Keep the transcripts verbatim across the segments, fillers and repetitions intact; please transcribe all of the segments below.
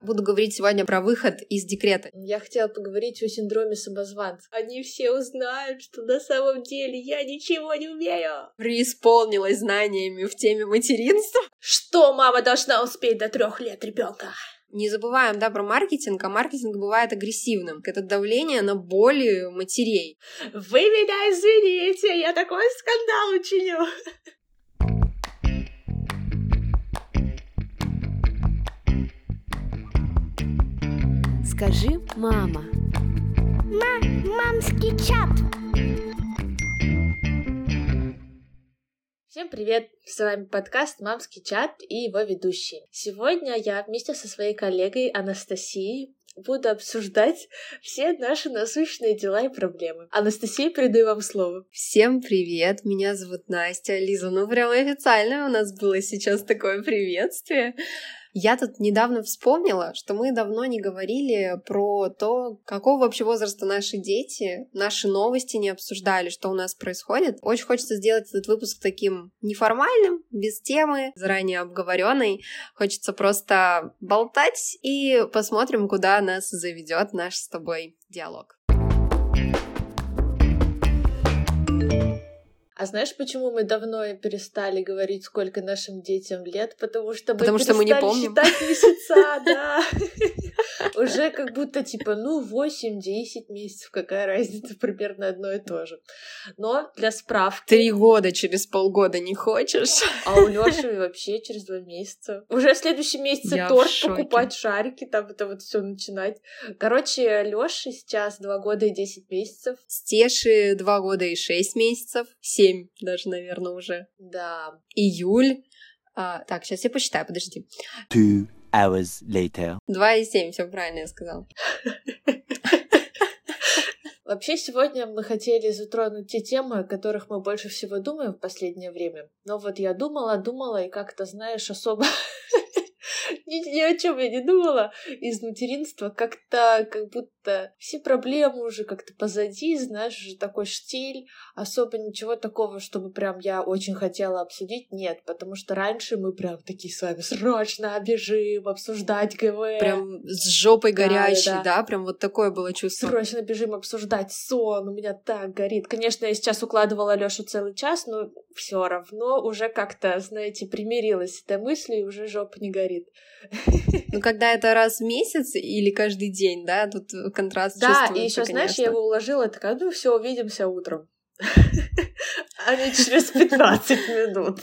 Буду говорить сегодня про выход из декрета. Я хотела поговорить о синдроме самозванца. Они все узнают, что на самом деле я ничего не умею. Преисполнилась знаниями в теме материнства. Что мама должна успеть до трех лет ребенка? Не забываем, да, про маркетинг, а маркетинг бывает агрессивным. Это давление на боли матерей. Вы меня извините, я такой скандал учиню. Скажи, мама. Ма- мамский чат. Всем привет! С вами подкаст «Мамский чат» и его ведущие. Сегодня я вместе со своей коллегой Анастасией буду обсуждать все наши насущные дела и проблемы. Анастасия, передаю вам слово. Всем привет! Меня зовут Настя. Лиза, ну прям официально у нас было сейчас такое приветствие. Я тут недавно вспомнила, что мы давно не говорили про то, какого вообще возраста наши дети, наши новости не обсуждали, что у нас происходит. Очень хочется сделать этот выпуск таким неформальным, без темы, заранее обговоренной. Хочется просто болтать и посмотрим, куда нас заведет наш с тобой диалог. А знаешь, почему мы давно перестали говорить, сколько нашим детям лет? Потому что мы Потому что мы не помним. считать месяца, да. Уже как будто типа, ну, восемь-десять месяцев, какая разница, примерно одно и то же. Но для справки... Три года через полгода не хочешь? А у Лёши вообще через два месяца. Уже в следующем месяце Я торт покупать, шарики, там это вот все начинать. Короче, Лёше сейчас два года и десять месяцев. Стеши два года и шесть месяцев. Семь даже, наверное, уже. Да. Июль. А, так, сейчас я посчитаю, подожди. Two hours later. Два и семь, все правильно я сказала. Вообще, сегодня мы хотели затронуть те темы, о которых мы больше всего думаем в последнее время. Но вот я думала, думала, и как-то, знаешь, особо ни, ни о чем я не думала из материнства. Как-то, как будто все проблемы уже как-то позади, знаешь, уже такой штиль. Особо ничего такого, чтобы прям я очень хотела обсудить, нет. Потому что раньше мы прям такие с вами срочно бежим обсуждать ГВ. Прям с жопой Да, горящей, да, да, да. Прям вот такое было чувство. Срочно бежим обсуждать сон, у меня так горит. Конечно, я сейчас укладывала Лёшу целый час, но все равно уже как-то, знаете, примирилась с этой мыслью, и уже жопа не горит. Ну, когда это раз в месяц или каждый день, да, тут контраст Да, чувствуется, и еще, знаешь, конечно. я его уложила, такая, ну все, увидимся утром. А не через пятнадцать минут.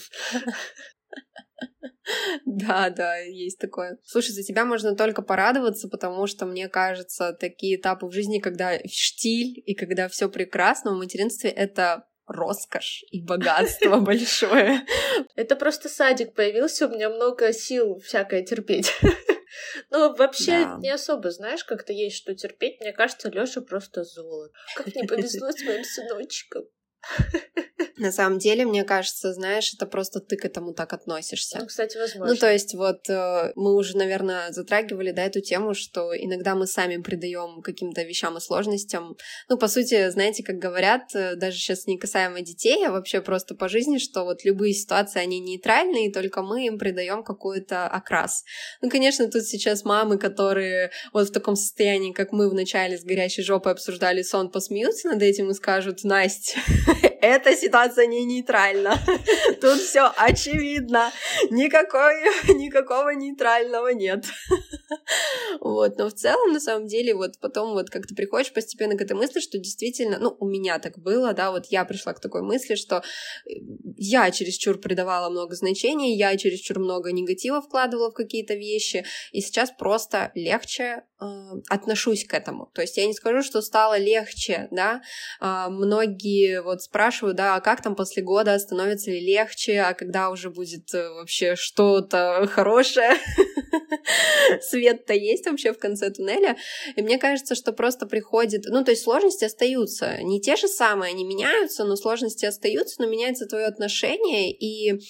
Да, да, есть такое. Слушай, за тебя можно только порадоваться, потому что, мне кажется, такие этапы в жизни, когда штиль и когда все прекрасно, в материнстве это роскошь и богатство большое. Это просто садик появился, у меня много сил всякое терпеть. Ну, вообще, Да. не особо, знаешь, как-то есть что терпеть. Мне кажется, Лёша просто золото. Как мне повезло с моим сыночком. На самом деле, мне кажется, знаешь, это просто ты к этому так относишься. Ну, кстати, возможно. Ну, то есть вот э, мы уже, наверное, затрагивали, да, эту тему, что иногда мы сами придаем каким-то вещам и сложностям. Ну, по сути, знаете, как говорят, э, даже сейчас не касаемо детей, а вообще просто по жизни, что вот любые ситуации, они нейтральные, и только мы им придаем какой-то окрас. Ну, конечно, тут сейчас мамы, которые вот в таком состоянии, как мы вначале с горящей жопой обсуждали сон, посмеются над этим и скажут: Настя, эта ситуация не нейтральна. Тут все очевидно. Никакой, никакого нейтрального нет. Вот, но в целом, на самом деле, вот потом вот как ты приходишь постепенно к этой мысли, что действительно, ну, у меня так было, да, вот я пришла к такой мысли, что я чересчур придавала много значений, я чересчур много негатива вкладывала в какие-то вещи, и сейчас просто легче э, отношусь к этому. То есть я не скажу, что стало легче, да, э, многие вот спрашивают, да, а как там после года, становится ли легче, а когда уже будет э, вообще что-то хорошее, свет-то есть вообще в конце туннеля, и мне кажется, что просто приходит, ну, то есть сложности остаются, не те же самые, они меняются, но сложности остаются, но меняется твое отношение, и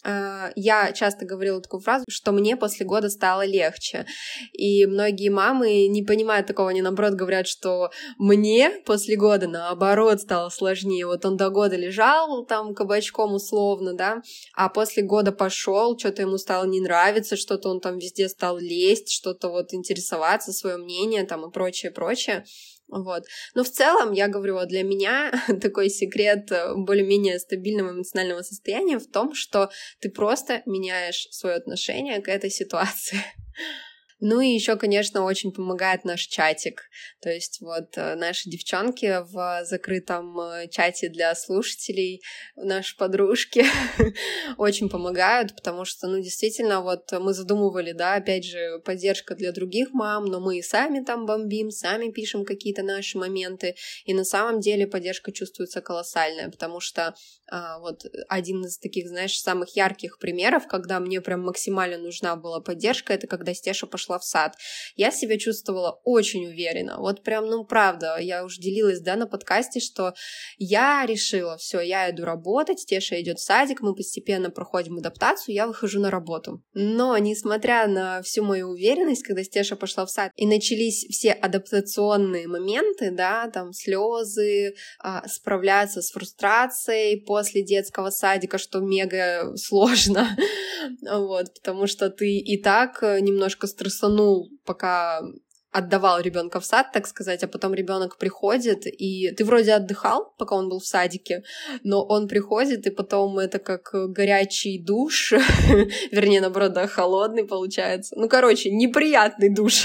Я часто говорила такую фразу, что мне после года стало легче. И многие мамы не понимают такого, они наоборот говорят, что мне после года наоборот стало сложнее. Вот он до года лежал там кабачком условно, да, а после года пошел, что-то ему стало не нравиться, что-то он там везде стал лезть, что-то вот интересоваться, свое мнение там и прочее, прочее. Вот. Но в целом, я говорю, вот для меня такой секрет более-менее стабильного эмоционального состояния в том, что ты просто меняешь свое отношение к этой ситуации. Ну и еще, конечно, очень помогает наш чатик. То есть вот наши девчонки в закрытом чате для слушателей, наши подружки очень помогают, потому что, ну, действительно, вот мы задумывали, да, опять же, поддержка для других мам, но мы и сами там бомбим, сами пишем какие-то наши моменты, и на самом деле поддержка чувствуется колоссальная, потому что а, вот один из таких, знаешь, самых ярких примеров, когда мне прям максимально нужна была поддержка, это когда Стеша пошла в сад. Я себя чувствовала очень уверенно. Вот прям, ну, правда, я уже делилась, да, на подкасте, что я решила, все, я иду работать, Стеша идет в садик, мы постепенно проходим адаптацию, я выхожу на работу. Но, несмотря на всю мою уверенность, когда Стеша пошла в сад, и начались все адаптационные моменты, да, там, слезы, справляться с фрустрацией после детского садика, что мега сложно, вот, потому что ты и так немножко стрессанул, пока отдавал ребенка в сад, так сказать, а потом ребенок приходит, и ты вроде отдыхал, пока он был в садике, но он приходит, и потом это как горячий душ, вернее, наоборот, да, холодный получается. Ну, короче, неприятный душ.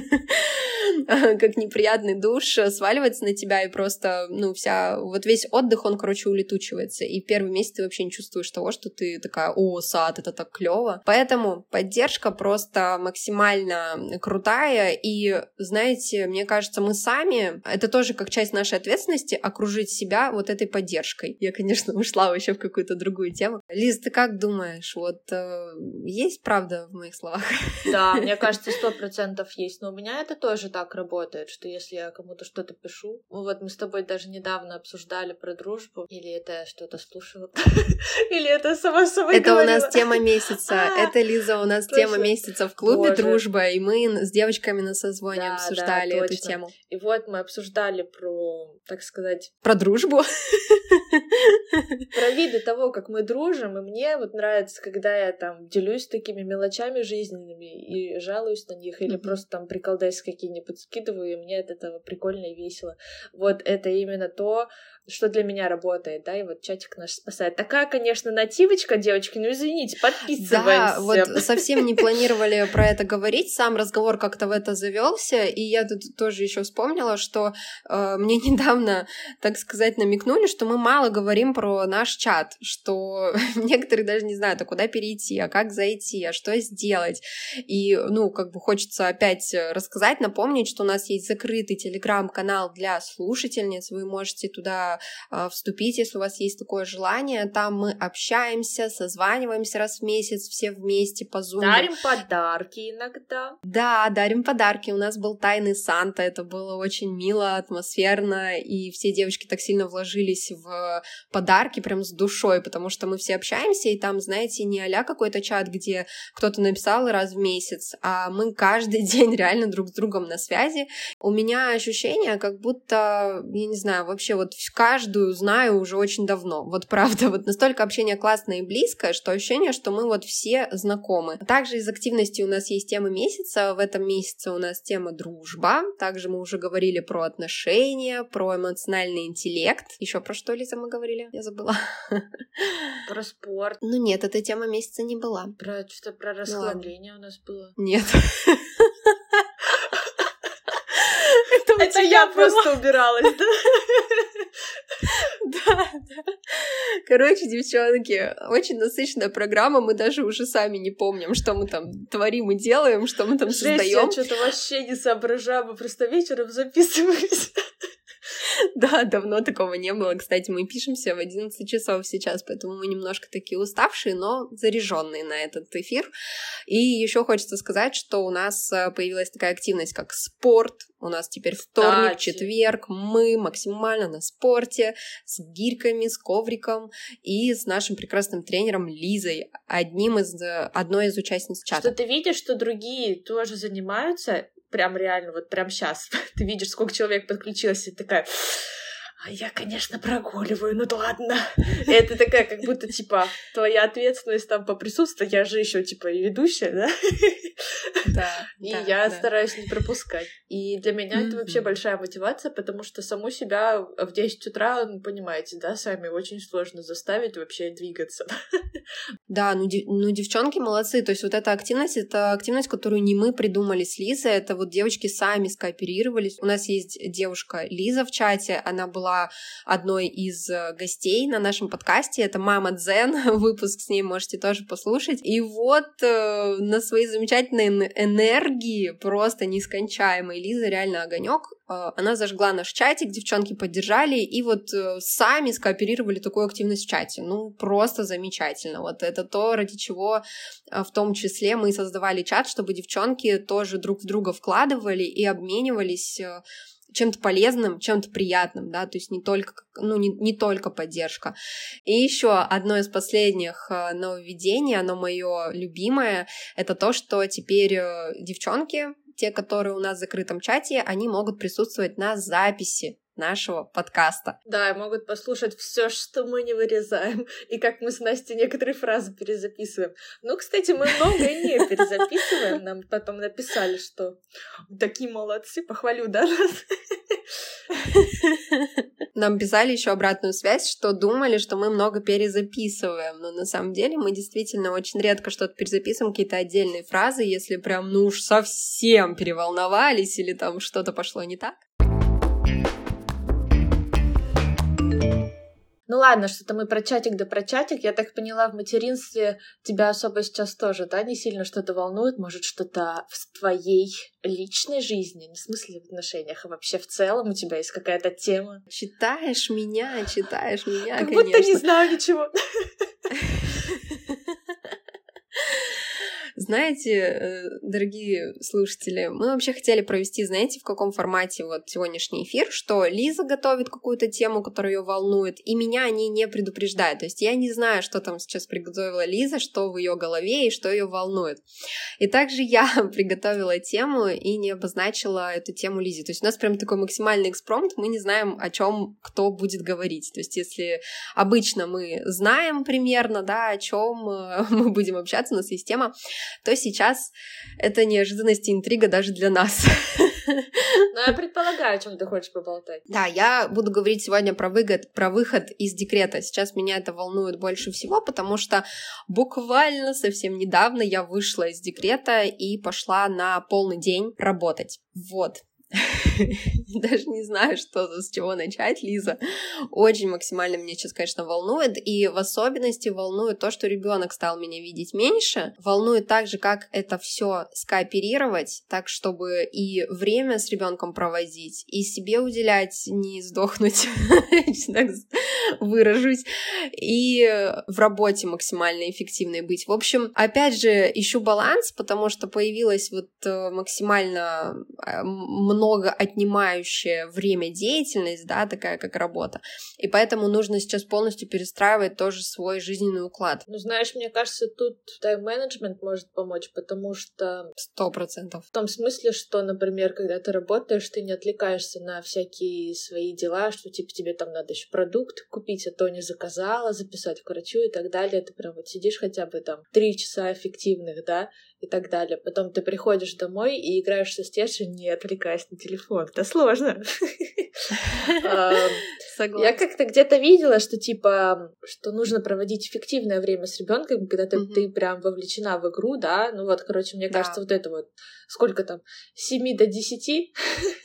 Как неприятный душ сваливается на тебя, и просто, ну, вся, вот весь отдых, он, короче, улетучивается, и первый месяц ты вообще не чувствуешь того, что ты такая, о, сад, это так клево. Поэтому поддержка просто максимально крутая, и, знаете, мне кажется, мы сами, это тоже как часть нашей ответственности, окружить себя вот этой поддержкой. Я, конечно, ушла вообще в какую-то другую тему. Лиз, ты как думаешь, вот э, есть правда в моих словах? Да, мне кажется, сто процентов есть, но у меня это тоже так работает, что если я кому-то что-то пишу, ну вот мы с тобой даже недавно обсуждали про дружбу, или это я что-то слушала, или это сама собой Это говорила. У нас тема месяца, это, Лиза, у нас тема месяца в клубе «Дружба», и мы с девочками на созвоне обсуждали эту тему. И вот мы обсуждали про, так сказать... Про дружбу? Про виды того, как мы дружим, и мне вот нравится, когда я там делюсь такими мелочами жизненными и жалуюсь на них, или просто там приколдайс какие-нибудь скидываю, и мне от этого прикольно и весело. Вот это именно то, что для меня работает, да, и вот чатик наш спасает. Такая, конечно, нативочка, девочки, ну извините, подписываемся. Да, вот совсем не планировали про это говорить, сам разговор как-то в это завелся, и я тут тоже еще вспомнила, что э, мне недавно, так сказать, намекнули, что мы мало говорим про наш чат, что некоторые даже не знают, а куда перейти, а как зайти, а что сделать, и, ну, как бы хочется опять рассказать, напомнить, что у нас есть закрытый телеграм-канал для слушательниц, вы можете туда э, вступить, если у вас есть такое желание, там мы общаемся, созваниваемся раз в месяц, все вместе по зуму. Дарим подарки иногда. Да, дарим подарки, у нас был тайный Санта, это было очень мило, атмосферно, и все девочки так сильно вложились в подарки прям с душой, потому что мы все общаемся, и там, знаете, не а-ля какой-то чат, где кто-то написал раз в месяц, а мы каждый день реально друг с другом на связи. У меня ощущение, как будто, я не знаю, вообще вот каждую знаю уже очень давно. Вот правда, вот настолько общение классное и близкое, что ощущение, что мы вот все знакомы. Также из активности у нас есть тема месяца. В этом месяце у нас тема дружба. Также мы уже говорили про отношения, про эмоциональный интеллект. Еще про что, Лиза, мы говорили? Я забыла. Про спорт. Ну нет, эта тема месяца не была. Про что-то про расслабление ну, у нас было. Нет. Это я просто убиралась, да? Да, да. Короче, девчонки, очень насыщенная программа, мы даже уже сами не помним, что мы там творим и делаем, что мы там создаем. Я что-то вообще не соображаю, мы просто вечером записываемся. Да, давно такого не было. Кстати, мы пишемся в одиннадцать часов сейчас, поэтому мы немножко такие уставшие, но заряженные на этот эфир. И еще хочется сказать, что у нас появилась такая активность, как спорт. У нас теперь вторник, Кстати. четверг. Мы максимально на спорте, с гирьками, с ковриком и с нашим прекрасным тренером Лизой, одним из, одной из участниц чата. Что ты видишь, что другие тоже занимаются, прям реально, вот прям сейчас. Ты видишь, сколько человек подключилось, и такая... А я, конечно, прогуливаю, ну ладно. Это такая, как будто, типа, твоя ответственность там поприсутствовать. Я же еще типа, и ведущая, да? Да, и да, я да. стараюсь не пропускать. И для меня Mm-hmm. это вообще большая мотивация, потому что саму себя в десять утра, ну, понимаете, да, сами очень сложно заставить вообще двигаться. Да, ну, дев- ну девчонки молодцы. То есть вот эта активность, это активность, которую не мы придумали с Лизой, это вот девочки сами скооперировались. У нас есть девушка Лиза в чате, она была одной из гостей на нашем подкасте, это Мама Дзен, выпуск с ней можете тоже послушать. И вот э, на своей замечательной энергии, просто нескончаемой, Лиза реально огонек. Э, она зажгла наш чатик, девчонки поддержали, и вот э, сами скооперировали такую активность в чате. Ну, просто замечательно. Вот это то, ради чего э, в том числе мы создавали чат, чтобы девчонки тоже друг в друга вкладывали и обменивались э, чем-то полезным, чем-то приятным, да, то есть не только, ну, не, не только поддержка. И еще одно из последних э, нововведений, оно мое любимое, это то, что теперь э, девчонки, те, которые у нас в закрытом чате, они могут присутствовать на записи нашего подкаста. Да, и могут послушать все, что мы не вырезаем, и как мы с Настей некоторые фразы перезаписываем. Ну, кстати, мы многое не перезаписываем, нам потом написали, что такие молодцы, похвалю, да, нас? Нам писали еще обратную связь, что думали, что мы много перезаписываем, но на самом деле мы действительно очень редко что-то перезаписываем, какие-то отдельные фразы, если прям, ну уж совсем переволновались или там что-то пошло не так. Ну ладно, что-то мы про чатик да про чатик. Я так поняла, в материнстве тебя особо сейчас тоже, да, не сильно что-то волнует? Может, что-то в твоей личной жизни, не в смысле в отношениях, а вообще в целом у тебя есть какая-то тема? Читаешь меня, читаешь меня, как конечно. будто не знаю ничего. Знаете, дорогие слушатели, мы вообще хотели провести, знаете, в каком формате вот сегодняшний эфир, что Лиза готовит какую-то тему, которая ее волнует, и меня о ней не предупреждают. То есть я не знаю, что там сейчас приготовила Лиза, что в ее голове и что ее волнует. И также я приготовила тему и не обозначила эту тему Лизе. То есть у нас прям такой максимальный экспромт, мы не знаем, о чем кто будет говорить. То есть если обычно мы знаем примерно, да, о чем мы будем общаться, у нас есть тема, то сейчас это неожиданность и интрига даже для нас. Ну, я предполагаю, о чем ты хочешь поболтать. Да, я буду говорить сегодня про выход, про выход из декрета. Сейчас меня это волнует больше всего, потому что буквально совсем недавно я вышла из декрета и пошла на полный день работать. Вот. Даже не знаю, что с чего начать, Лиза. Очень максимально меня сейчас, конечно, волнует. И в особенности волнует то, что ребенок стал меня видеть меньше. Волнует также, как это все скооперировать, так, чтобы и время с ребенком проводить, и себе уделять, не сдохнуть, так выражусь, и в работе максимально эффективной быть. В общем, опять же, ищу баланс, потому что появилась вот максимально много отнимающая время деятельность, да, такая как работа. И поэтому нужно сейчас полностью перестраивать тоже свой жизненный уклад. Ну, знаешь, мне кажется, тут тайм-менеджмент может помочь, потому что... Сто процентов. В том смысле, что, например, когда ты работаешь, ты не отвлекаешься на всякие свои дела, что, типа, тебе там надо еще продукт купить, а то не заказала, записать к врачу и так далее. Ты прям вот сидишь хотя бы там три часа эффективных, да, и так далее. Потом ты приходишь домой и играешь со Стешей, не отвлекаясь на телефон. Это сложно. Я как-то где-то видела, что типа, что нужно проводить эффективное время с ребенком, когда ты прям вовлечена в игру, да. Ну вот, короче, мне кажется, вот это вот сколько там, с семи до десяти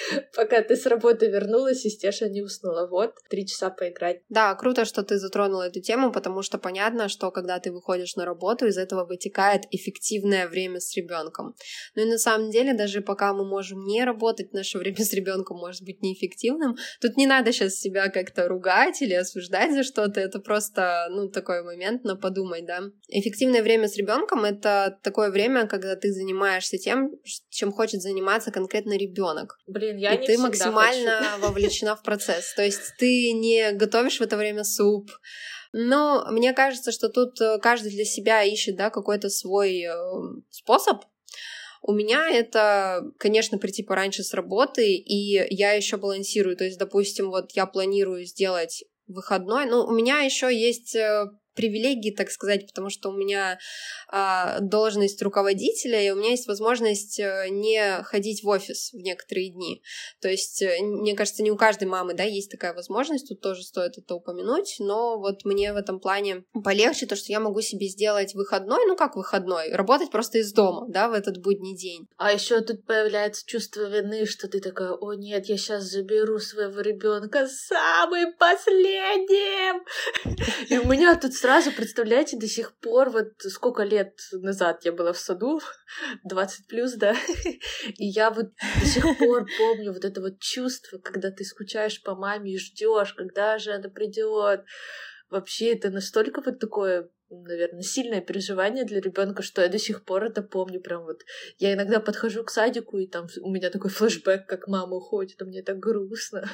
Пока ты с работы вернулась, и Стеша не уснула. Вот, три часа поиграть. Да, круто, что ты затронула эту тему, потому что понятно, что когда ты выходишь на работу, из этого вытекает эффективное время с ребенком. Ну и на самом деле, даже пока мы можем не работать, наше время с ребенком может быть неэффективным. Тут не надо сейчас себя как-то ругать или осуждать за что-то, это просто, ну, такой момент на подумать, да. Эффективное время с ребенком — это такое время, когда ты занимаешься тем, чем хочет заниматься конкретно ребенок. Блин, я и не ты максимально хочу. вовлечена в процесс. То есть ты не готовишь в это время суп. Но мне кажется, что тут каждый для себя ищет, да, какой-то свой э, способ. У меня это, конечно, прийти пораньше с работы, и я еще балансирую. То есть, допустим, вот я планирую сделать выходной. Ну, у меня еще есть привилегии, так сказать, потому что у меня а, должность руководителя, и у меня есть возможность не ходить в офис в некоторые дни. То есть, мне кажется, не у каждой мамы, да, есть такая возможность, тут тоже стоит это упомянуть, но вот мне в этом плане полегче, то, что я могу себе сделать выходной, ну как выходной, работать просто из дома, да, в этот будний день. А еще тут появляется чувство вины, что ты такая: о нет, я сейчас заберу своего ребенка самым последним. И у меня тут сразу, представляете, до сих пор, вот сколько лет назад я была в саду, двадцать плюс, да, и я вот до сих пор помню вот это вот чувство, когда ты скучаешь по маме и ждешь, когда же она придет. Вообще это настолько вот такое, наверное, сильное переживание для ребенка, что я до сих пор это помню. Прям вот я иногда подхожу к садику, и там у меня такой флешбэк, как мама уходит, а мне так грустно.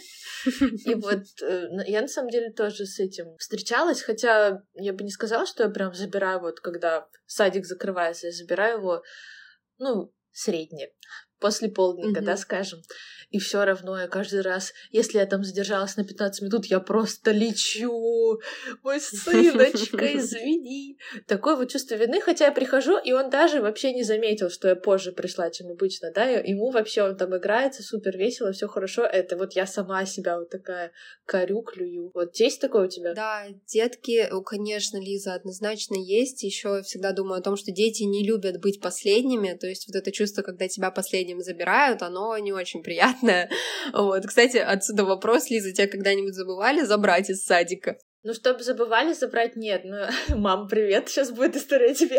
И вот я на самом деле тоже с этим встречалась, хотя я бы не сказала, что я прям забираю, вот когда садик закрывается, я забираю его, ну, средне, после полдника, mm-hmm. да, скажем. И все равно я каждый раз, если я там задержалась на пятнадцать минут, я просто лечу. Мой сыночка, извини. Такое вот чувство вины, хотя я прихожу, и он даже вообще не заметил, что я позже пришла, чем обычно, да, ему вообще он там играется, супер весело, все хорошо. Это вот я сама себя вот такая корю, клюю. Вот есть такое у тебя? Да, детки, конечно, Лиза, однозначно есть. Еще всегда думаю о том, что дети не любят быть последними, то есть вот это чувство, когда тебя последним забирают, оно не очень приятное. Вот. Кстати, отсюда вопрос, Лиза, тебя когда-нибудь забывали забрать из садика? Ну, чтобы забывали забрать, нет. Ну, мам, привет, сейчас будет история тебе.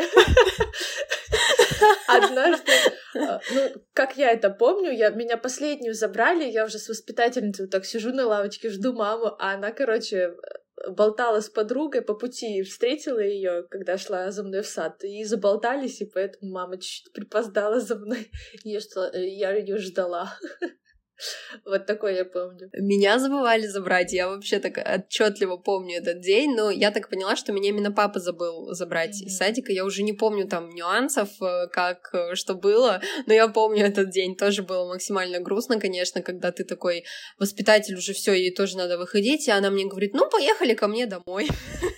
Однажды, ну, как я это помню, я, меня последнюю забрали, я уже с воспитательницей вот так сижу на лавочке, жду маму, а она, короче, болтала с подругой по пути, встретила ее, когда шла за мной в сад, и заболтались, и поэтому мама чуть-чуть припоздала за мной, и я ее ждала. Вот такое я помню. Меня забывали забрать, я вообще так отчетливо помню этот день, но я так поняла, что меня именно папа забыл забрать mm-hmm. из садика, я уже не помню там нюансов, как, что было, но я помню этот день, тоже было максимально грустно, конечно, когда ты такой воспитатель, уже все, ей тоже надо выходить, и она мне говорит: ну, поехали ко мне домой.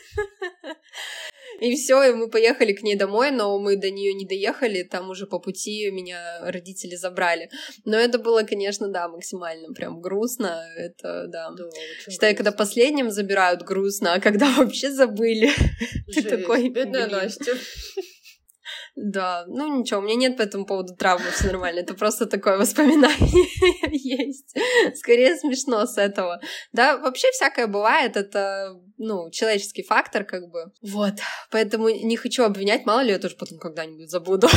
И все, и мы поехали к ней домой, но мы до нее не доехали, там уже по пути меня родители забрали. Но это было, конечно, да, максимально прям грустно. Это, да. да Считай, грустно. Когда последним забирают, грустно, а когда вообще забыли, ты такой... Бедная Настя. Да, ну ничего, у меня нет по этому поводу травмы, все нормально, это просто такое воспоминание есть. Скорее смешно с этого. Да, вообще всякое бывает, это, ну, человеческий фактор, как бы. Вот, поэтому не хочу обвинять, мало ли я тоже потом когда-нибудь забуду.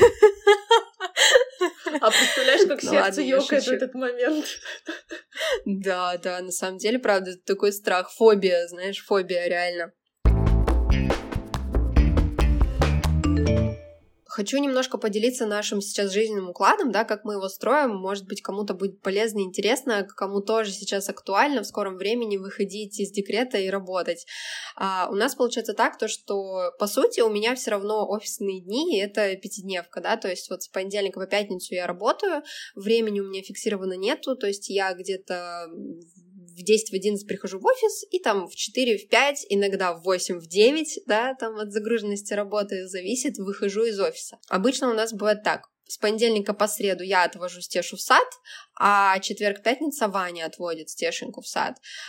А представляешь, как сердце ёкает в этот момент? Да, да, на самом деле, правда, это такой страх, фобия, знаешь, фобия реально. Хочу немножко поделиться нашим сейчас жизненным укладом, да, как мы его строим. Может быть, кому-то будет полезно и интересно, кому тоже сейчас актуально в скором времени выходить из декрета и работать. А у нас получается так, то, что, по сути, у меня все равно офисные дни — это пятидневка, да, то есть вот с понедельника по пятницу я работаю, времени у меня фиксировано нету, то есть я где-то в десять, в одиннадцать прихожу в офис, и там в четыре, в пять, иногда в восемь, в девять, да, там от загруженности работы зависит, выхожу из офиса. Обычно у нас бывает так. С понедельника по среду я отвожу Стешу в сад, а четверг-пятница Ваня отводит Стешеньку в сад.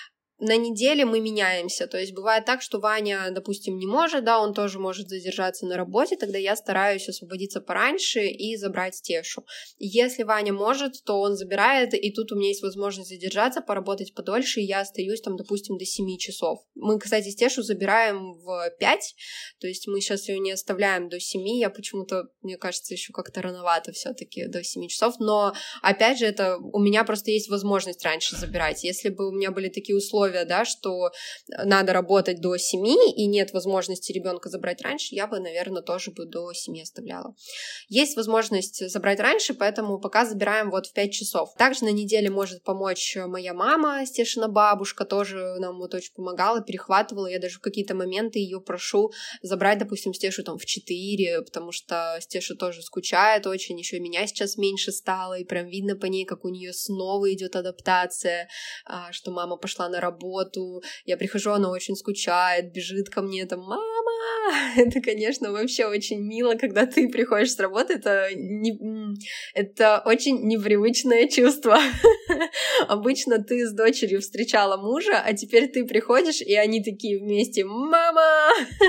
на неделе мы меняемся, то есть бывает так, что Ваня, допустим, не может, да, он тоже может задержаться на работе, тогда я стараюсь освободиться пораньше и забрать Стешу. Если Ваня может, то он забирает, и тут у меня есть возможность задержаться, поработать подольше, и я остаюсь там, допустим, до семи часов. Мы, кстати, Стешу забираем в пять, то есть мы сейчас ее не оставляем до семи, я почему-то, мне кажется, еще как-то рановато все-таки до семи часов, но, опять же, это у меня просто есть возможность раньше забирать. Если бы у меня были такие условия, да, что надо работать до семи и нет возможности ребенка забрать раньше, я бы, наверное, тоже бы до семи оставляла. Есть возможность забрать раньше, поэтому пока забираем вот в пять часов. Также на неделе может помочь моя мама, Стешина бабушка, тоже нам вот очень помогала, перехватывала. Я даже в какие-то моменты ее прошу забрать, допустим, Стешу там в четыре, потому что Стеша тоже скучает очень, еще меня сейчас меньше стало, и прям видно по ней, как у нее снова идет адаптация, что мама пошла на работу, работу, я прихожу, она очень скучает, бежит ко мне, там, мама! Это, конечно, вообще очень мило, когда ты приходишь с работы, это, не... это очень непривычное чувство. Обычно ты с дочерью встречала мужа, а теперь ты приходишь, и они такие вместе, мама!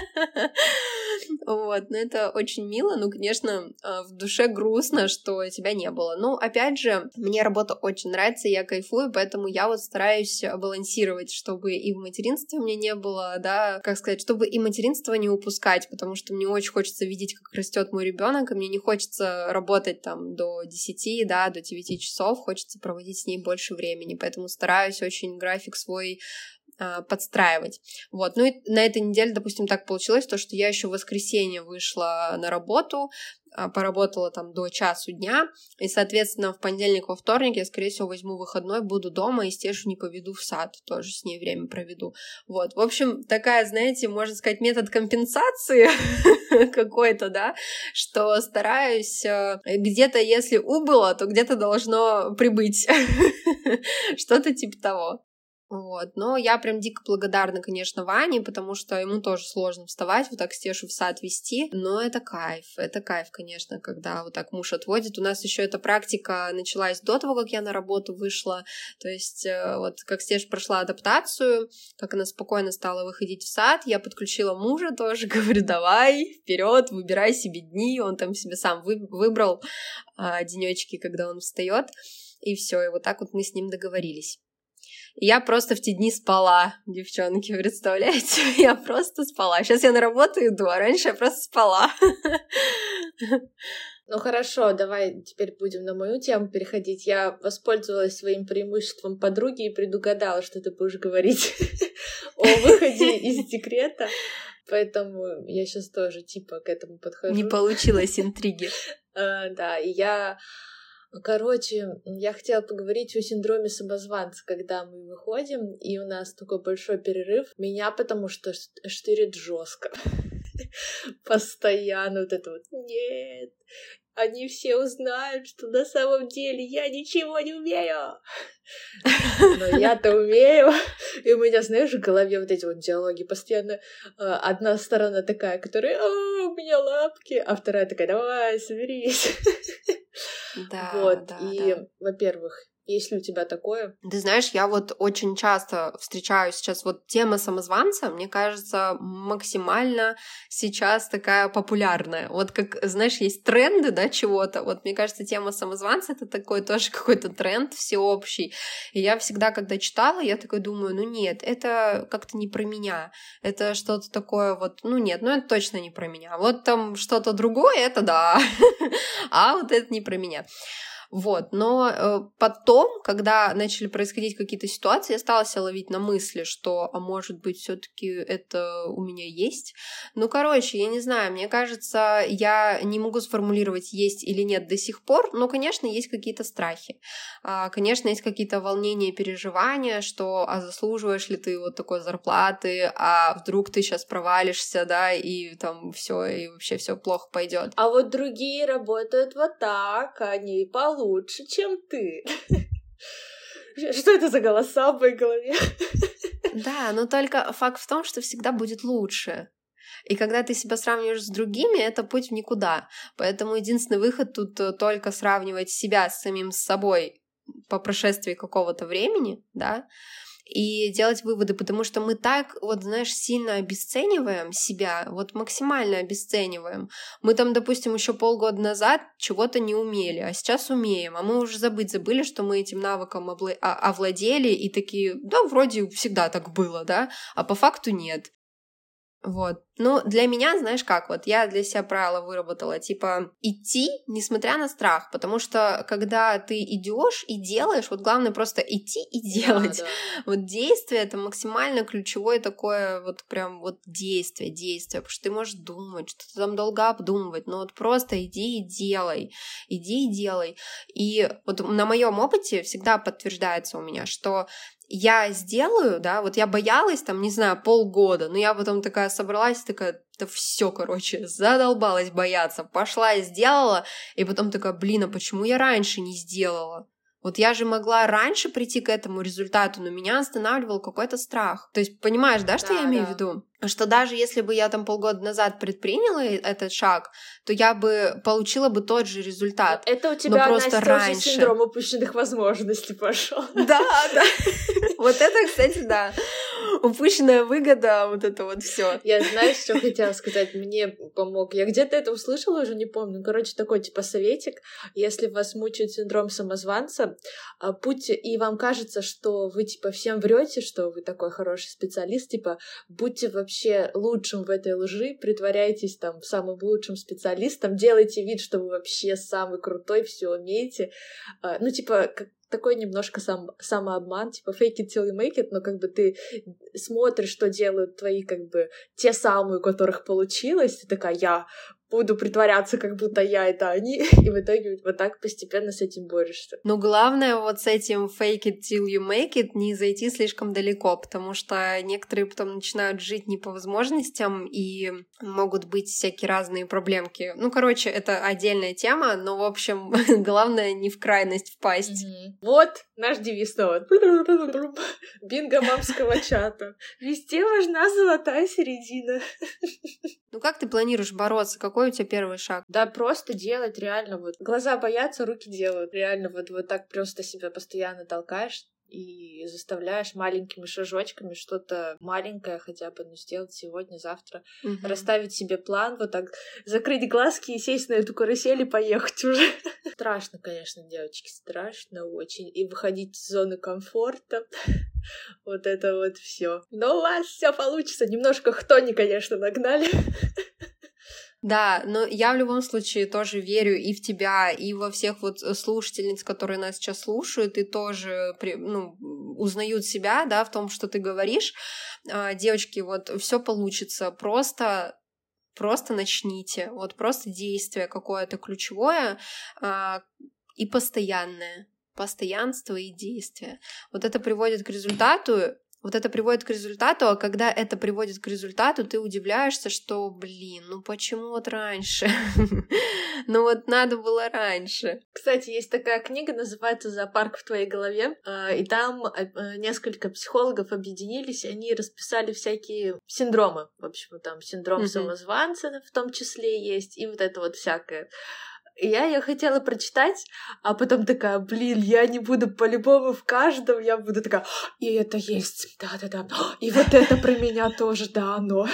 Вот, но это очень мило, ну, конечно, в душе грустно, что тебя не было. Ну, опять же, мне работа очень нравится, я кайфую, поэтому я вот стараюсь балансировать, чтобы и в материнстве у меня не было, да, как сказать, чтобы и материнство не упускать, потому что мне очень хочется видеть, как растет мой ребенок, и мне не хочется работать там до десяти, да, до девяти часов, хочется проводить с ней больше времени, поэтому стараюсь очень график свой подстраивать. Вот. Ну и на этой неделе, допустим, так получилось, то, что я еще в воскресенье вышла на работу, поработала там до часу дня, и, соответственно, в понедельник, во вторник я, скорее всего, возьму выходной, буду дома и Стешу не поведу в сад, тоже с ней время проведу. Вот. В общем, такая, знаете, можно сказать, метод компенсации какой-то, да, что стараюсь где-то, если убыло, то где-то должно прибыть. Что-то типа того. Вот, но я прям дико благодарна, конечно, Ване, потому что ему тоже сложно вставать, вот так Стешу в сад вести, но это кайф, это кайф, конечно, когда вот так муж отводит. У нас еще эта практика началась до того, как я на работу вышла, то есть вот как Стеша прошла адаптацию, как она спокойно стала выходить в сад, я подключила мужа тоже, говорю, давай, вперед, выбирай себе дни, он там себе сам вы- выбрал а, денечки, когда он встает, и все, и вот так вот мы с ним договорились. Я просто в те дни спала, девчонки, представляете? Я просто спала. Сейчас я на работу иду, а раньше я просто спала. Ну хорошо, давай теперь будем на мою тему переходить. Я воспользовалась своим преимуществом подруги и предугадала, что ты будешь говорить о выходе из декрета. Поэтому я сейчас тоже типа к этому подхожу. Не получилось интриги. Да, и я... Короче, я хотела поговорить о синдроме самозванца, когда мы выходим, и у нас такой большой перерыв. Меня потому что штырит жестко. Постоянно вот это вот «нет». Они все узнают, что на самом деле я ничего не умею. Но я-то умею. И у меня, знаешь, в голове вот эти вот диалоги постоянно. Одна сторона такая, которая «О, у меня лапки», а вторая такая «давай, соберись». Да, вот, да, и, да. во-первых, есть ли у тебя такое? Ты знаешь, я вот очень часто встречаю сейчас вот тема самозванца, мне кажется, максимально сейчас такая популярная. Вот как, знаешь, есть тренды, да, чего-то. Вот мне кажется, тема самозванца — это такой тоже какой-то тренд всеобщий. И я всегда, когда читала, я такой думаю, ну нет, это как-то не про меня. Это что-то такое вот, ну нет, ну это точно не про меня. Вот там что-то другое, это да. А вот это не про меня. Вот, но э, потом, когда начали происходить какие-то ситуации, я стала себя ловить на мысли, что, а может быть, все-таки это у меня есть. Ну, короче, я не знаю, мне кажется, я не могу сформулировать, есть или нет до сих пор, но, конечно, есть какие-то страхи. А, конечно, есть какие-то волнения и переживания, что, а заслуживаешь ли ты вот такой зарплаты, а вдруг ты сейчас провалишься, да, и там все, и вообще все плохо пойдет. А вот другие работают вот так, они получше. Лучше, чем ты. Что это за голоса в моей голове? Да, но только факт в том, что всегда будет лучше. И когда ты себя сравниваешь с другими, это путь в никуда. Поэтому единственный выход тут только сравнивать себя с самим собой по прошествии какого-то времени, да, и делать выводы, потому что мы так, вот знаешь, сильно обесцениваем себя, вот максимально обесцениваем. Мы там, допустим, еще полгода назад чего-то не умели, а сейчас умеем, а мы уже забыть забыли, что мы этим навыком обла- овладели и такие, да, вроде всегда так было, да, а по факту нет. Вот. Ну, для меня, знаешь как, вот я для себя правило выработала, типа, идти, несмотря на страх, потому что, когда ты идешь и делаешь, вот главное просто идти и делать. Да, да. Вот действие — это максимально ключевое такое вот прям вот действие, действие, потому что ты можешь думать, что-то там долго обдумывать, но вот просто иди и делай, иди и делай. И вот на моем опыте всегда подтверждается у меня, что я сделаю, да, вот я боялась там, не знаю, полгода, но я потом такая собралась, такая, да все, короче, задолбалась бояться, пошла и сделала, и потом такая, блин, а почему я раньше не сделала? Вот я же могла раньше прийти к этому результату, но меня останавливал какой-то страх. То есть, понимаешь, да, что Да, я имею да. в виду? Что даже если бы я там полгода назад предприняла этот шаг, то я бы получила бы тот же результат. Это у но тебя, просто Настя, раньше. уже синдром упущенных возможностей пошел. Да, да. Вот это, кстати, да. Упущенная выгода, вот это вот все. Я, знаешь, что хотела сказать? Мне помог. Я где-то это услышала, уже не помню. Короче, такой типа советик. Если вас мучает синдром самозванца, будьте, и вам кажется, что вы типа всем врете, что вы такой хороший специалист, типа будьте вообще лучшим в этой лжи, притворяйтесь там самым лучшим специалистом, делайте вид, что вы вообще самый крутой, все умеете. Ну, типа, как такой немножко сам, самообман, типа fake it till you make it, но как бы ты смотришь, что делают твои как бы те самые, у которых получилось, ты такая, я буду притворяться, как будто я — это они, и в итоге вот так постепенно с этим борешься. Но главное вот с этим fake it till you make it не зайти слишком далеко, потому что некоторые потом начинают жить не по возможностям, и могут быть всякие разные проблемки. Ну, короче, это отдельная тема, но, в общем, главное не в крайность впасть. Mm-hmm. Вот наш девиз снова. Бинго мамского чата. Везде важна золотая середина. Ну, как ты планируешь бороться? Какой у тебя первый шаг? Да, просто делать реально вот. Глаза боятся, руки делают. Реально вот, вот так просто себя постоянно толкаешь и заставляешь маленькими шажочками что-то маленькое хотя бы, ну, сделать сегодня, завтра. Угу. Расставить себе план, вот так закрыть глазки и сесть на эту карусель и поехать уже. Страшно, конечно, девочки, страшно очень. И выходить из зоны комфорта. Вот это вот все. Но у вас все получится. Немножко хтони, конечно, нагнали. Да, но я в любом случае тоже верю и в тебя, и во всех вот слушательниц, которые нас сейчас слушают, и тоже, ну, узнают себя, да, в том, что ты говоришь. Девочки, вот все получится, просто... Просто начните, вот просто действие какое-то ключевое и постоянное. Постоянство и действие. Вот это приводит к результату, вот это приводит к результату, а когда это приводит к результату, ты удивляешься, что, блин, ну почему вот раньше? Ну вот надо было раньше. Кстати, есть такая книга, называется «Зоопарк в твоей голове», и там несколько психологов объединились, они расписали всякие синдромы. В общем, там синдром самозванца в том числе есть, и вот это вот всякое. Я ее хотела прочитать, а потом такая, блин, я не буду по-любому в каждом, я буду такая, и это есть, да-да-да, и вот это про меня тоже, да, оно.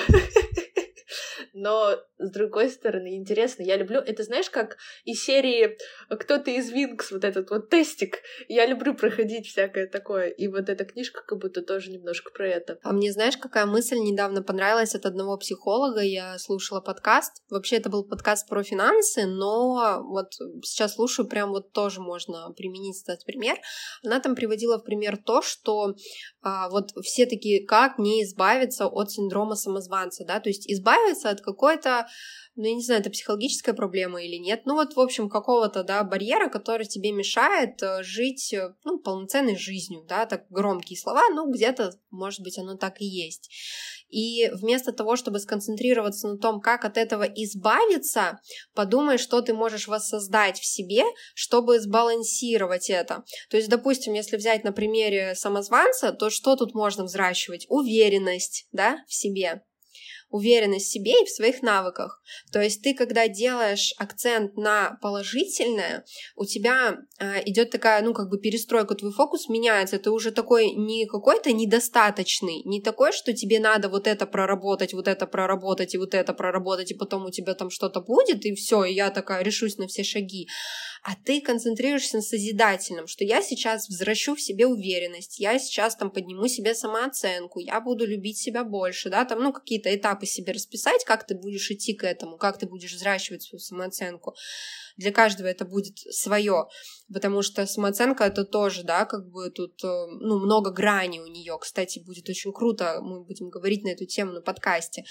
Но, с другой стороны, интересно, я люблю... Это, знаешь, как из серии «Кто-то из Винкс», вот этот вот тестик. Я люблю проходить всякое такое. И вот эта книжка как будто тоже немножко про это. А мне, знаешь, какая мысль недавно понравилась от одного психолога? Я слушала подкаст. Вообще, это был подкаст про финансы, но вот сейчас слушаю, прям вот тоже можно применить этот пример. Она там приводила в пример то, что а, вот все такие, как не избавиться от синдрома самозванца, да? То есть избавиться от какой-то, ну, я не знаю, это психологическая проблема или нет, ну, вот, в общем, какого-то, да, барьера, который тебе мешает жить, ну, полноценной жизнью, да, так громкие слова, ну, где-то, может быть, оно так и есть. И вместо того, чтобы сконцентрироваться на том, как от этого избавиться, подумай, что ты можешь воссоздать в себе, чтобы сбалансировать это. То есть, допустим, если взять на примере самозванца, то что тут можно взращивать? Уверенность, да, в себе. уверенность в себе и в своих навыках. То есть ты, когда делаешь акцент на положительное, у тебя э, идет такая, ну, как бы перестройка, твой фокус меняется, ты уже такой не какой-то недостаточный, не такой, что тебе надо вот это проработать, вот это проработать и вот это проработать, и потом у тебя там что-то будет, и все, и я такая решусь на все шаги. А ты концентрируешься на созидательном, что я сейчас взращу в себе уверенность, я сейчас там подниму себе самооценку, я буду любить себя больше, да, там, ну, какие-то этапы себе расписать, как ты будешь идти к этому, как ты будешь взращивать свою самооценку. Для каждого это будет свое, потому что самооценка это тоже, да, как бы тут, ну, много граней у нее. Кстати, будет очень круто, мы будем говорить на эту тему на подкасте.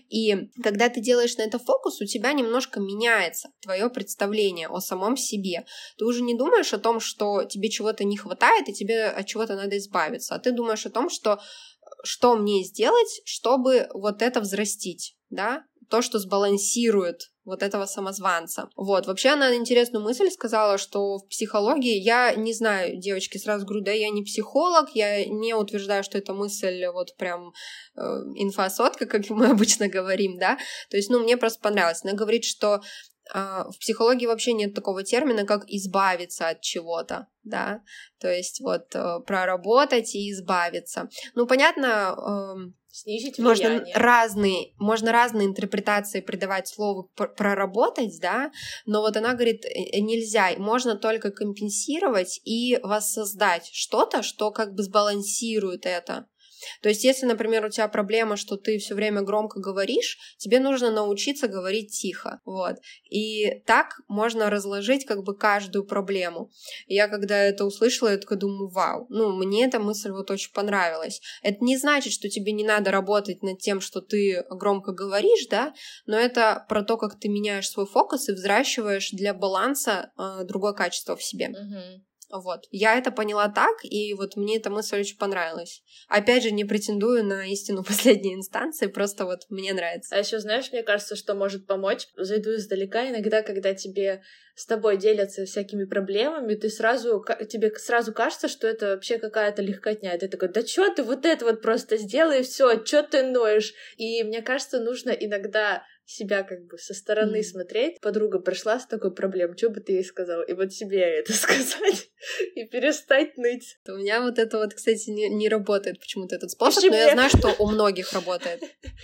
И когда ты делаешь на это фокус, у тебя немножко меняется твое представление о самом себе. Ты уже не думаешь о том, что тебе чего-то не хватает и тебе от чего-то надо избавиться, а ты думаешь о том, что что мне сделать, чтобы вот это взрастить, да, то, что сбалансирует вот этого самозванца. Вот, вообще она интересную мысль сказала, что в психологии, я не знаю, девочки, сразу говорю, да, я не психолог, я не утверждаю, что эта мысль вот прям э, инфосотка, как мы обычно говорим, да, то есть, ну, мне просто понравилось. Она говорит, что Uh, в психологии вообще нет такого термина, как избавиться от чего-то, да, то есть вот uh, проработать и избавиться. Ну, понятно, uh, снизить влияние. Можно разные, можно разные интерпретации придавать слову проработать, да, но вот она говорит, нельзя, можно только компенсировать и воссоздать что-то, что как бы сбалансирует это. То есть, если, например, у тебя проблема, что ты все время громко говоришь, тебе нужно научиться говорить тихо, вот. И так можно разложить как бы каждую проблему. И я, когда это услышала, я такая думаю, вау, ну, мне эта мысль вот очень понравилась. Это не значит, что тебе не надо работать над тем, что ты громко говоришь, да, но это про то, как ты меняешь свой фокус и взращиваешь для баланса э, другое качество в себе. Угу. Вот. Я это поняла так, и вот мне эта мысль очень понравилась. Опять же, не претендую на истину последней инстанции, просто вот мне нравится. А еще, знаешь, мне кажется, что может помочь, зайду издалека, иногда, когда тебе с тобой делятся всякими проблемами, ты сразу, тебе сразу кажется, что это вообще какая-то легкотня. Ты такой, да чё ты вот это вот просто сделай, и всё, чё ты ноешь? И мне кажется, нужно иногда себя как бы со стороны mm. смотреть. Подруга пришла с такой проблемой, что бы ты ей сказала? И вот себе это сказать и перестать ныть. У меня вот это вот, кстати, не, не работает почему-то этот способ, Почему? Но я знаю, что у многих работает.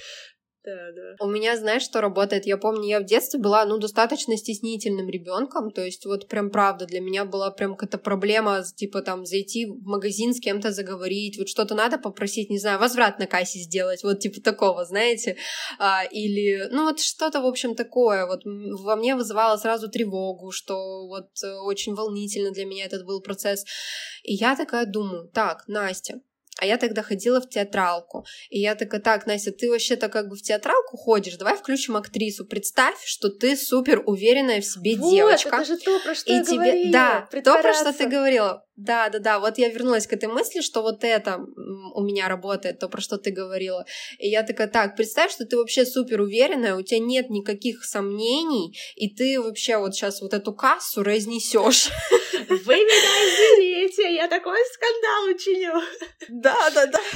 Да, да. У меня, знаешь, что работает? Я помню, я в детстве была, ну, достаточно стеснительным ребенком, то есть вот прям правда для меня была прям какая-то проблема, типа там зайти в магазин с кем-то заговорить, вот что-то надо попросить, не знаю, возврат на кассе сделать, вот типа такого, знаете, а, или, ну, вот что-то, в общем, такое, вот во мне вызывало сразу тревогу, что вот очень волнительно для меня этот был процесс, и я такая думаю, так, Настя, а я тогда ходила в театралку. И я такая, так, Настя, ты вообще-то как бы в театралку ходишь, давай включим актрису. Представь, что ты супер уверенная в себе вот, девочка. это же то, про что и я тебе... говорила. Да, то, про что ты говорила. Да, да, да, вот я вернулась к этой мысли, что вот это у меня работает, то, про что ты говорила. И я такая, так, представь, что ты вообще супер уверенная, у тебя нет никаких сомнений, и ты вообще вот сейчас вот эту кассу разнесешь. Вы меня извините, я такой скандал учиню. Да, да, да.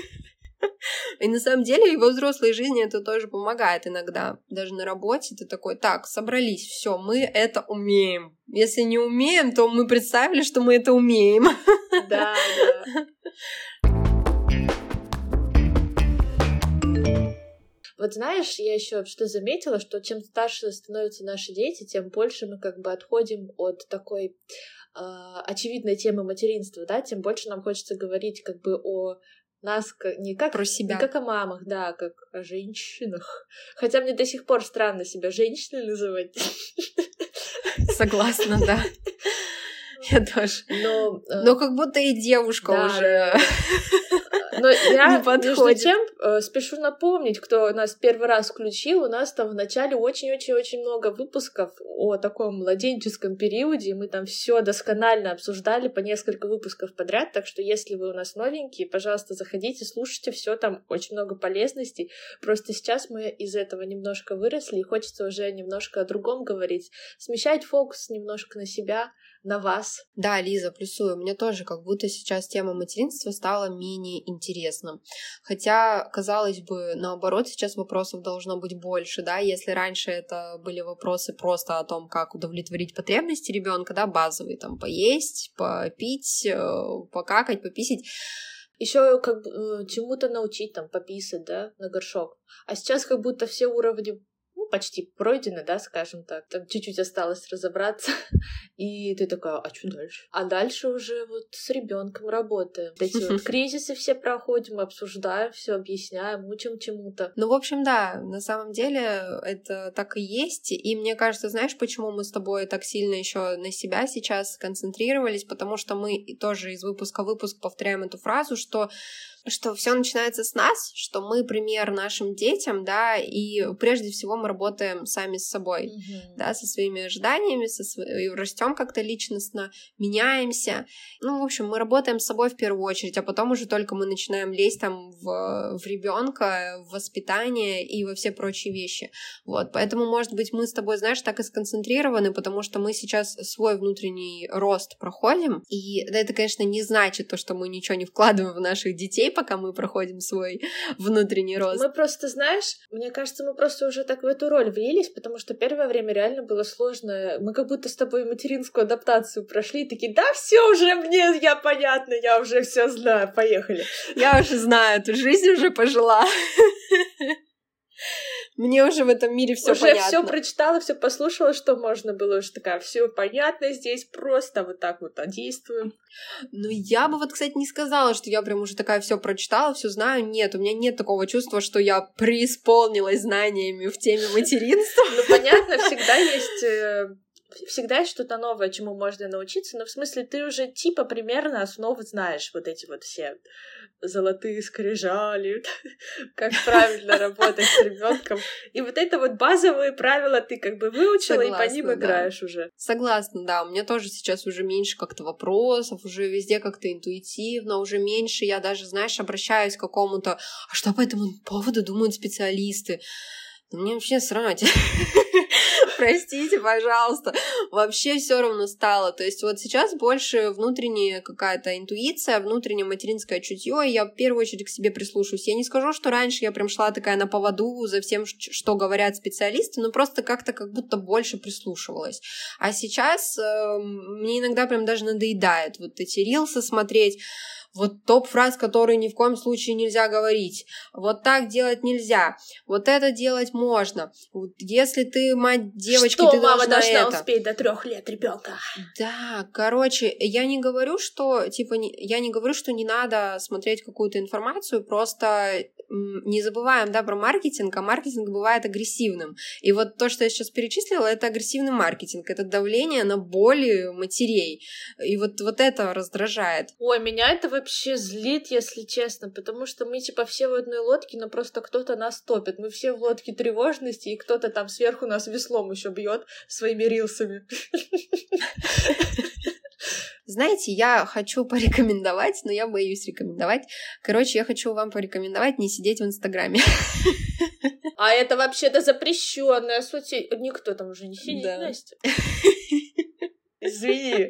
И на самом деле и во взрослой жизни это тоже помогает иногда. Даже на работе ты такой, так, собрались, все, мы это умеем. Если не умеем, то мы представили, что мы это умеем. Да, да. Вот знаешь, я еще что заметила, что чем старше становятся наши дети, тем больше мы как бы отходим от такой э, очевидной темы материнства, да, тем больше нам хочется говорить как бы о нас не как, про себя. Не как о мамах, да, как о женщинах. Хотя мне до сих пор странно себя женщиной называть. Согласна, да. Я тоже. Но, Но как будто и девушка да, уже... Но я, между тем, спешу напомнить, кто нас первый раз включил, у нас там в начале очень-очень-очень много выпусков о таком младенческом периоде, и мы там все досконально обсуждали по несколько выпусков подряд, так что если вы у нас новенькие, пожалуйста, заходите, слушайте, все там очень много полезностей. Просто сейчас мы из этого немножко выросли, и хочется уже немножко о другом говорить, смещать фокус немножко на себя, на вас. Да, Лиза, плюсую. Мне тоже как будто сейчас тема материнства стала менее интересна. Хотя, казалось бы, наоборот, сейчас вопросов должно быть больше, да, если раньше это были вопросы просто о том, как удовлетворить потребности ребенка, да, базовые, там, поесть, попить, покакать, пописить. Еще как бы чему-то научить, там, пописать, да, на горшок. А сейчас как будто все уровни почти пройдено, да, скажем так. Там чуть-чуть осталось разобраться. И ты такая, а что дальше? А дальше уже вот с ребенком работаем. Вот эти вот кризисы все проходим, обсуждаем, все объясняем, учим чему-то. Ну, в общем, да, на самом деле это так и есть. И мне кажется, знаешь, почему мы с тобой так сильно еще на себя сейчас концентрировались? Потому что мы тоже из выпуска в выпуск повторяем эту фразу, что что все начинается с нас, что мы пример нашим детям, да, и прежде всего мы работаем сами с собой, mm-hmm. да, со своими ожиданиями, со сво... растем как-то личностно, меняемся. Ну, в общем, мы работаем с собой в первую очередь, а потом уже только мы начинаем лезть там в, в ребенка, в воспитание и во все прочие вещи. Вот, поэтому, может быть, мы с тобой, знаешь, так и сконцентрированы, потому что мы сейчас свой внутренний рост проходим, и это, конечно, не значит то, что мы ничего не вкладываем в наших детей, пока мы проходим свой внутренний рост. Мы просто, знаешь, мне кажется, мы просто уже так в эту роль влились, потому что первое время реально было сложно. Мы как будто с тобой материнскую адаптацию прошли, и такие, да, все уже мне, я понятно, я уже все знаю, поехали. Я уже знаю, эту жизнь уже пожила. Мне уже в этом мире все понятно. Уже все прочитала, все послушала, что можно было. Уже такая, все понятно здесь, просто вот так вот действуем. Ну, я бы вот, кстати, не сказала, что я прям уже такая все прочитала, все знаю. Нет, у меня нет такого чувства, что я преисполнилась знаниями в теме материнства. Ну, понятно, всегда есть... Всегда есть что-то новое, чему можно научиться, но в смысле ты уже типа примерно основы знаешь, вот эти вот все золотые скрижали, как правильно работать с ребенком. И вот это вот базовые правила ты как бы выучила, согласна, и по ним играешь да. уже. Согласна, да. У меня тоже сейчас уже меньше как-то вопросов, уже везде как-то интуитивно, уже меньше я даже, знаешь, обращаюсь к какому-то... А что по этому поводу думают специалисты? Да мне вообще срать. Простите, пожалуйста. Вообще все равно стало. То есть вот сейчас больше внутренняя какая-то интуиция, внутреннее материнское чутье, и я в первую очередь к себе прислушиваюсь. Я не скажу, что раньше я прям шла такая на поводу за всем, что говорят специалисты, но просто как-то как будто больше прислушивалась. А сейчас э, мне иногда прям даже надоедает вот эти рилсы смотреть, вот топ-фраз, которые ни в коем случае нельзя говорить. Вот так делать нельзя. Вот это делать можно. Вот если ты мать девочки, что ты мама должна должна это. успеть до трех лет ребенка. Да, короче, я не говорю, что типа не, я не говорю, что не надо смотреть какую-то информацию, просто м, не забываем, да, про маркетинг, а маркетинг бывает агрессивным. И вот то, что я сейчас перечислила, это агрессивный маркетинг, это давление на боли матерей. И вот, вот это раздражает. Ой, меня это вообще злит, если честно, потому что мы типа все в одной лодке, но просто кто-то нас топит. Мы все в лодке тревожности, и кто-то там сверху нас веслом еще бьет своими рилсами. Знаете, я хочу порекомендовать, но я боюсь рекомендовать. Короче, я хочу вам порекомендовать не сидеть в Инстаграме. А это вообще-то запрещенная соцсеть. Никто там уже не сидит, да. Настя. Извини.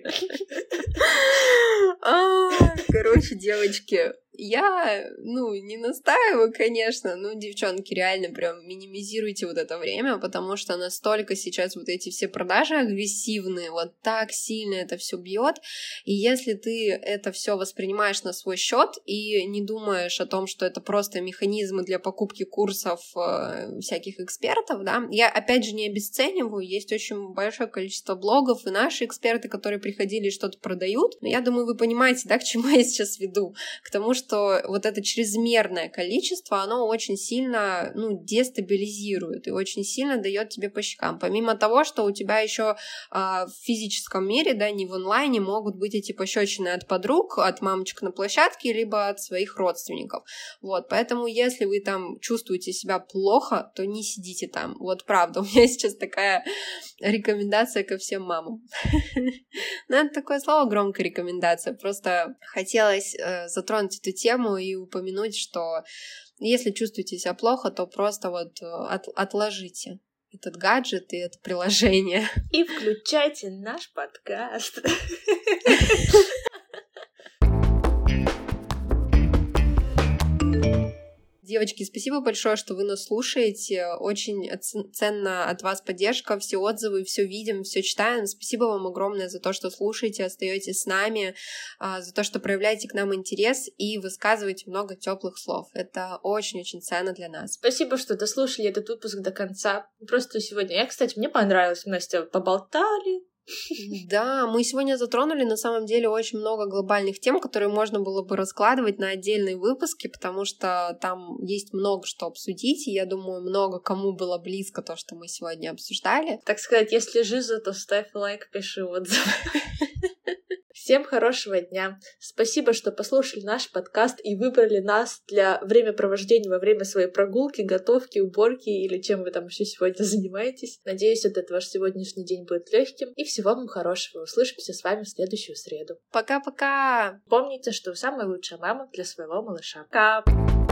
Короче, девочки, я, ну, не настаиваю, конечно, но, девчонки, реально прям минимизируйте вот это время, потому что настолько сейчас вот эти все продажи агрессивные, вот так сильно это все бьет, и если ты это все воспринимаешь на свой счет и не думаешь о том, что это просто механизмы для покупки курсов э, всяких экспертов, да, я опять же не обесцениваю, есть очень большое количество блогов, и наши эксперты, которые приходили и что-то продают, но я думаю, вы понимаете, да, к чему я сейчас веду, к тому, что что вот это чрезмерное количество, оно очень сильно, ну, дестабилизирует и очень сильно дает тебе по щекам. Помимо того, что у тебя еще а, в физическом мире, да, не в онлайне, могут быть эти пощечины от подруг, от мамочек на площадке, либо от своих родственников. Вот, поэтому если вы там чувствуете себя плохо, то не сидите там. Вот правда, у меня сейчас такая рекомендация ко всем мамам. Ну, это такое слово, громкая рекомендация. Просто хотелось э, затронуть эту тему и упомянуть, что если чувствуете себя плохо, то просто вот от, отложите. этот гаджет и это приложение. И включайте наш подкаст. Девочки, спасибо большое, что вы нас слушаете. Очень ценна от вас поддержка, все отзывы, все видим, все читаем. Спасибо вам огромное за то, что слушаете, остаетесь с нами, за то, что проявляете к нам интерес и высказываете много теплых слов. Это очень-очень ценно для нас. Спасибо, что дослушали этот выпуск до конца. Просто сегодня... Я, кстати, мне понравилось. Мы, Настя, поболтали. Да, мы сегодня затронули на самом деле очень много глобальных тем, которые можно было бы раскладывать на отдельные выпуски, потому что там есть много что обсудить, и я думаю, много кому было близко то, что мы сегодня обсуждали. Так сказать, если жиза, то ставь лайк, пиши отзыв. Всем хорошего дня. Спасибо, что послушали наш подкаст и выбрали нас для времяпровождения во время своей прогулки, готовки, уборки или чем вы там еще сегодня занимаетесь. Надеюсь, этот ваш сегодняшний день будет легким. И всего вам хорошего. Услышимся с вами в следующую среду. Пока-пока! Помните, что вы самая лучшая мама для своего малыша. Пока!